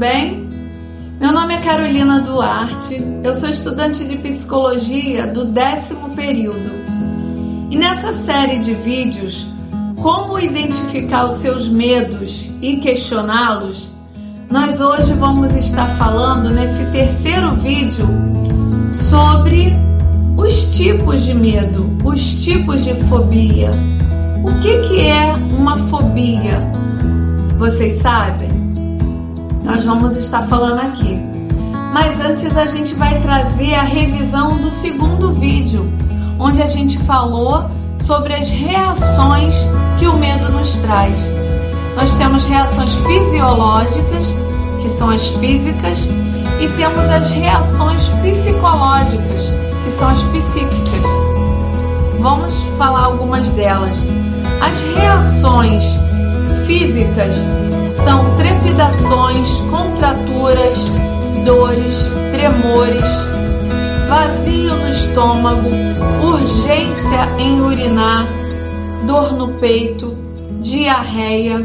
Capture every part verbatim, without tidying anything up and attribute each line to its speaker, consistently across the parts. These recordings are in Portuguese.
Speaker 1: bem? Meu nome é Carolina Duarte, eu sou estudante de Psicologia do décimo período. E nessa série de vídeos, como identificar os seus medos e questioná-los, nós hoje vamos estar falando nesse terceiro vídeo sobre os tipos de medo, os tipos de fobia. O que que é uma fobia? Vocês sabem? Nós vamos estar falando aqui. Mas antes a gente vai trazer a revisão do segundo vídeo, onde a gente falou sobre as reações que o medo nos traz. Nós temos reações fisiológicas, que são as físicas, e temos as reações psicológicas, que são as psíquicas. Vamos falar algumas delas. As reações físicas são trepidações, contraturas, dores, tremores, vazio no estômago, urgência em urinar, dor no peito, diarreia,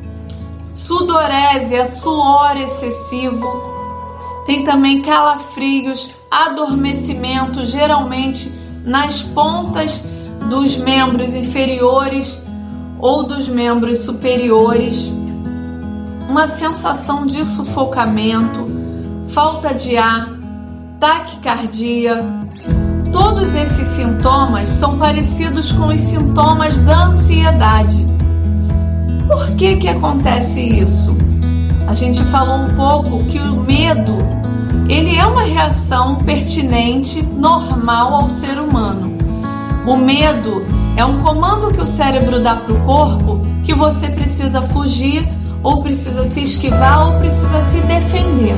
Speaker 1: sudorese, suor excessivo. Tem também calafrios, adormecimento, geralmente nas pontas dos membros inferiores ou dos membros superiores, uma sensação de sufocamento, falta de ar, taquicardia. Todos esses sintomas são parecidos com os sintomas da ansiedade. Por que que acontece isso? A gente falou um pouco que o medo, ele é uma reação pertinente, normal ao ser humano. O medo é um comando que o cérebro dá para o corpo que você precisa fugir, ou precisa se esquivar, ou precisa se defender.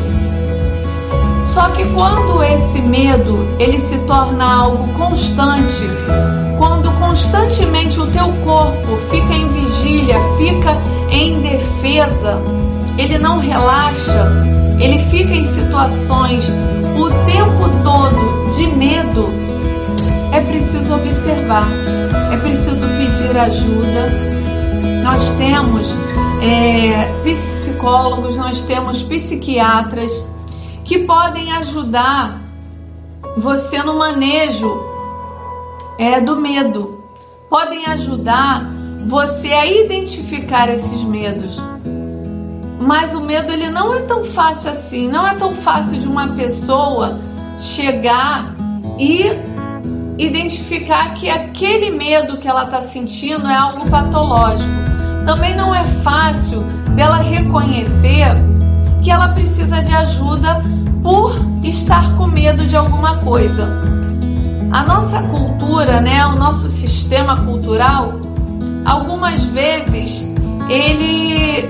Speaker 1: Só que quando esse medo ele se torna algo constante, quando constantemente o teu corpo fica em vigília, fica em defesa, ele não relaxa, ele fica em situações o tempo todo de medo, é preciso observar, é preciso pedir ajuda. Nós temos é, psicólogos, nós temos psiquiatras que podem ajudar você no manejo é, do medo, podem ajudar você a identificar esses medos. Mas o medo ele não é tão fácil assim, não é tão fácil de uma pessoa chegar e identificar que aquele medo que ela está sentindo é algo patológico. Também não é fácil dela reconhecer que ela precisa de ajuda por estar com medo de alguma coisa. A nossa cultura, né, o nosso sistema cultural, algumas vezes ele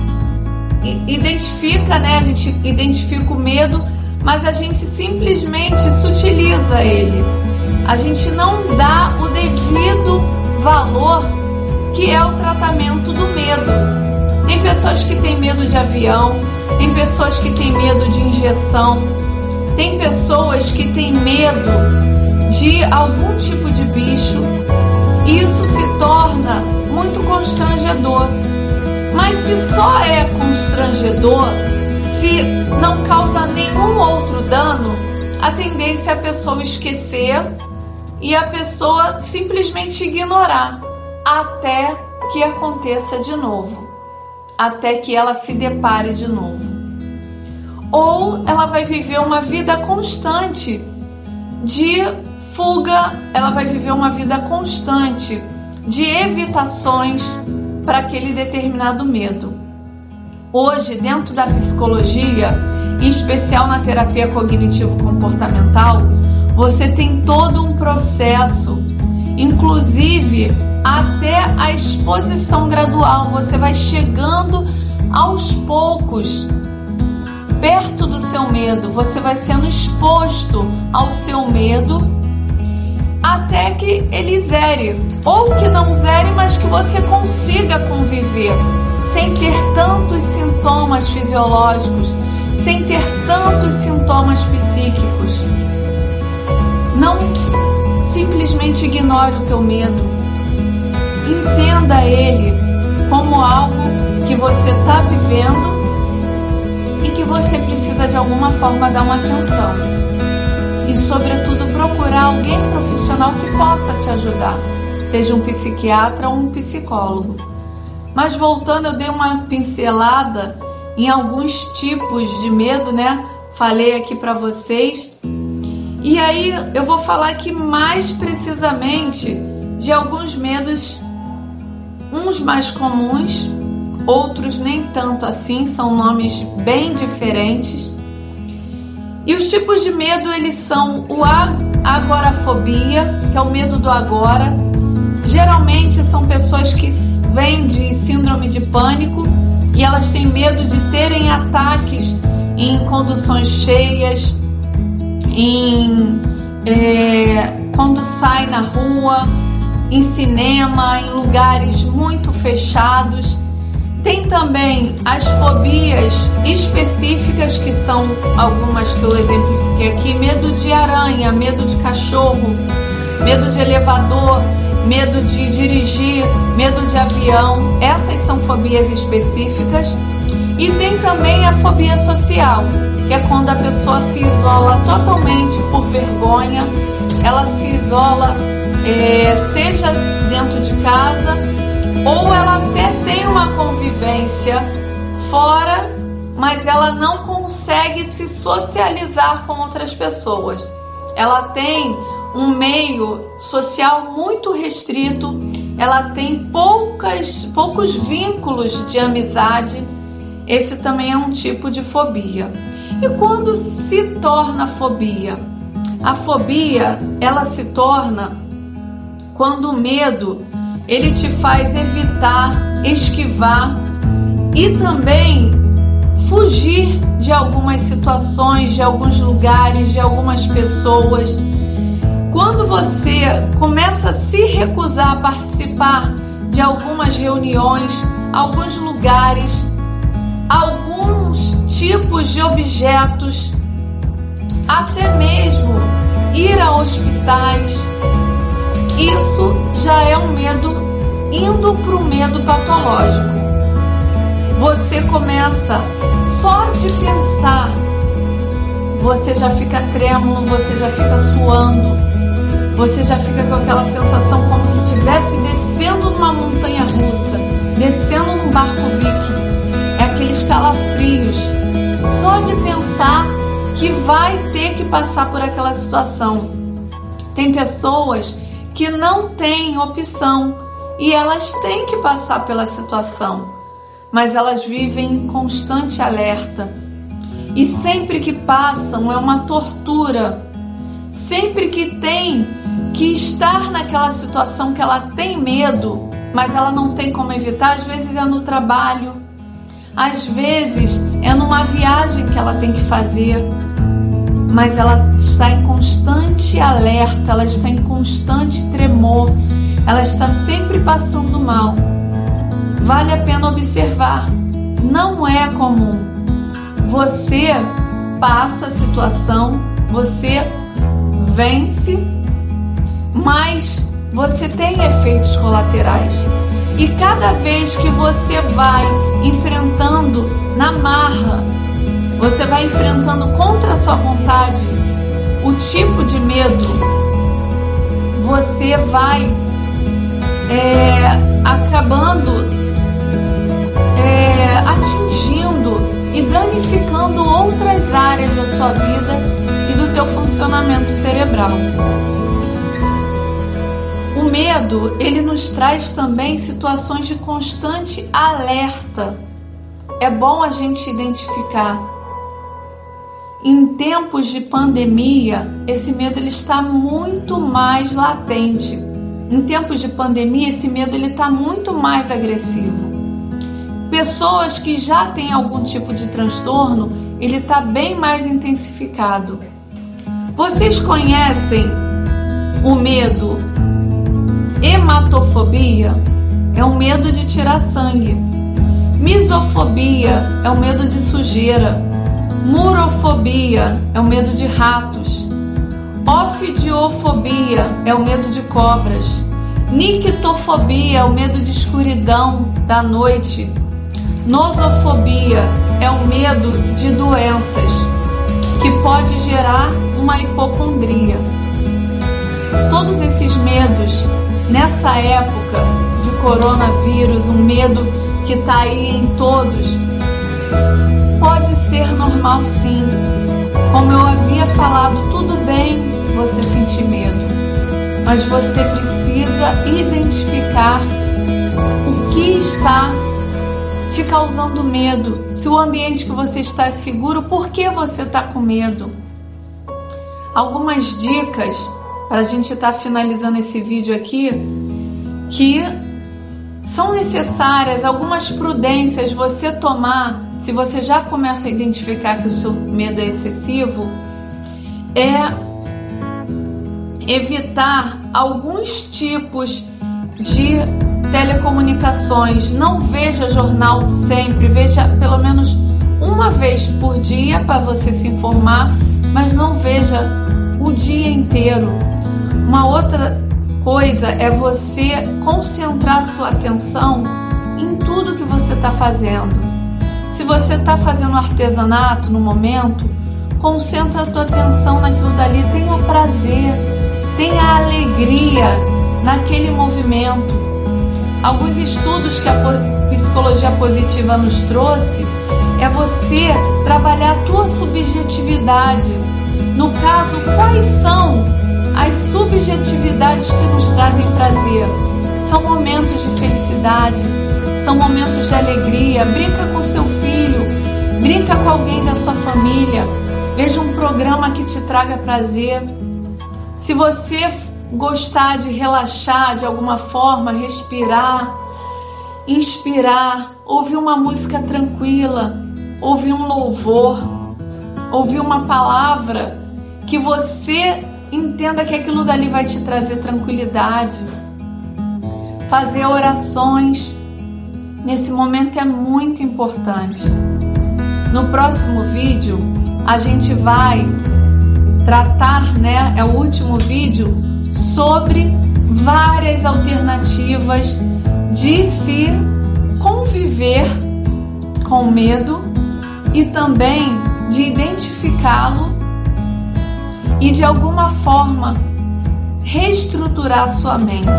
Speaker 1: identifica, né, a gente identifica o medo, mas a gente simplesmente sutiliza ele. A gente não dá o devido valor que é o tratamento do medo. Tem pessoas que têm medo de avião, tem pessoas que têm medo de injeção, tem pessoas que têm medo de algum tipo de bicho. Isso se torna muito constrangedor. Mas se só é constrangedor, se não causa nenhum outro dano, a tendência é a pessoa esquecer e a pessoa simplesmente ignorar até que aconteça de novo, até que ela se depare de novo. Ou ela vai viver uma vida constante de fuga, ela vai viver uma vida constante de evitações para aquele determinado medo. Hoje, dentro da psicologia, em especial na terapia cognitivo-comportamental, você tem todo um processo, inclusive até a exposição gradual. Você vai chegando aos poucos perto do seu medo, você vai sendo exposto ao seu medo até que ele zere, ou que não zere, mas que você consiga conviver sem ter tantos sintomas fisiológicos, sem ter tantos sintomas psíquicos. Não simplesmente ignore o teu medo, entenda ele como algo que você está vivendo e você precisa de alguma forma dar uma atenção. E, sobretudo, procurar alguém profissional que possa te ajudar, seja um psiquiatra ou um psicólogo. Mas voltando, eu dei uma pincelada em alguns tipos de medo, né? Falei aqui para vocês. E aí eu vou falar aqui mais precisamente de alguns medos, uns mais comuns, outros nem tanto assim, são nomes bem diferentes. E os tipos de medo, eles são o agorafobia, que é o medo do agora. Geralmente são pessoas que vêm de síndrome de pânico e elas têm medo de terem ataques em conduções cheias, em, é, quando sai na rua, em cinema, em lugares muito fechados. Tem também as fobias específicas, que são algumas que eu exemplifiquei aqui: medo de aranha, medo de cachorro, medo de elevador, medo de dirigir, medo de avião. Essas são fobias específicas. E tem também a fobia social, que é quando a pessoa se isola totalmente por vergonha. Ela se isola, é, seja dentro de casa, ou ela até tem uma convivência fora, mas ela não consegue se socializar com outras pessoas. Ela tem um meio social muito restrito, ela tem poucas, poucos vínculos de amizade. Esse também é um tipo de fobia. E quando se torna fobia? A fobia, ela se torna quando o medo, ele te faz evitar, esquivar e também fugir de algumas situações, de alguns lugares, de algumas pessoas. Quando você começa a se recusar a participar de algumas reuniões, alguns lugares, alguns tipos de objetos, até mesmo ir a hospitais, isso já é um medo indo para o medo patológico. Você começa só de pensar, você já fica trêmulo, você já fica suando, você já fica com aquela sensação como se estivesse descendo numa montanha russa, descendo num barco viking. É aqueles calafrios, só de pensar que vai ter que passar por aquela situação. Tem pessoas que não têm opção e elas têm que passar pela situação, mas elas vivem em constante alerta. E sempre que passam é uma tortura. Sempre que tem que estar naquela situação que ela tem medo, mas ela não tem como evitar, às vezes é no trabalho, às vezes é numa viagem que ela tem que fazer, mas ela está em constante alerta, ela está em constante tremor, ela está sempre passando mal. Vale a pena observar, não é comum. Você passa a situação, você vence, mas você tem efeitos colaterais. E cada vez que você vai enfrentando na marra, você vai enfrentando contra a sua vontade o tipo de medo, você vai é, acabando é, atingindo e danificando outras áreas da sua vida e do teu funcionamento cerebral. O medo, ele nos traz também situações de constante alerta. É bom a gente identificar. Em tempos de pandemia, esse medo ele está muito mais latente. Em tempos de pandemia, esse medo ele está muito mais agressivo. Pessoas que já têm algum tipo de transtorno, ele está bem mais intensificado. Vocês conhecem o medo hematofobia? É o medo de tirar sangue. Misofobia é o medo de sujeira. Murofobia é o medo de ratos. Ofidiofobia é o medo de cobras. Nictofobia é o medo de escuridão da noite. Nosofobia é o medo de doenças, que pode gerar uma hipocondria. Todos esses medos, nessa época de coronavírus, um medo que está aí em todos, pode ser normal sim. Como eu havia falado, tudo bem você sentir medo, mas você precisa identificar o que está te causando medo. Se o ambiente que você está é seguro, por que você está com medo? Algumas dicas para a gente estar finalizando esse vídeo aqui, que são necessárias, algumas prudências você tomar, se você já começa a identificar que o seu medo é excessivo, é evitar alguns tipos de telecomunicações. Não veja jornal sempre, veja pelo menos uma vez por dia para você se informar, mas não veja o dia inteiro. Uma outra coisa é você concentrar sua atenção em tudo que você está fazendo. Se você está fazendo artesanato no momento, concentra a tua atenção naquilo dali, tenha prazer, tenha alegria naquele movimento. Alguns estudos que a psicologia positiva nos trouxe é você trabalhar a tua subjetividade. No caso, quais são as subjetividades que nos trazem prazer? São momentos de felicidade, são momentos de alegria. Brinca com seu filho, brinca com alguém da sua família, veja um programa que te traga prazer. Se você gostar de relaxar de alguma forma, respirar, inspirar, ouvir uma música tranquila, ouvir um louvor, ouvir uma palavra que você entenda que aquilo dali vai te trazer tranquilidade. Fazer orações nesse momento é muito importante. No próximo vídeo a gente vai tratar, né, é o último vídeo, sobre várias alternativas de se conviver com medo e também de identificá-lo e de alguma forma reestruturar sua mente.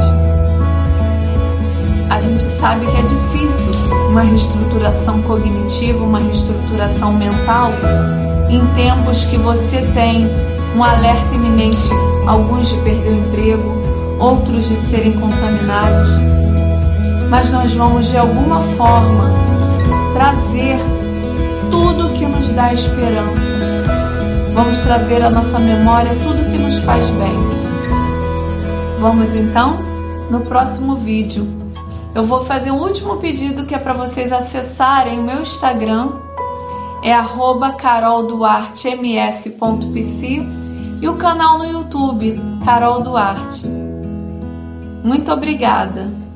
Speaker 1: A gente sabe que é difícil uma reestruturação cognitiva, uma reestruturação mental em tempos que você tem um alerta iminente, alguns de perder o emprego, outros de serem contaminados. Mas nós vamos de alguma forma trazer tudo que nos dá esperança. Vamos trazer à nossa memória tudo que nos faz bem. Vamos então? No próximo vídeo eu vou fazer um último pedido, que é para vocês acessarem o meu Instagram, é arroba carol duarte m s ponto p c, e o canal no YouTube, Carol Duarte. Muito obrigada!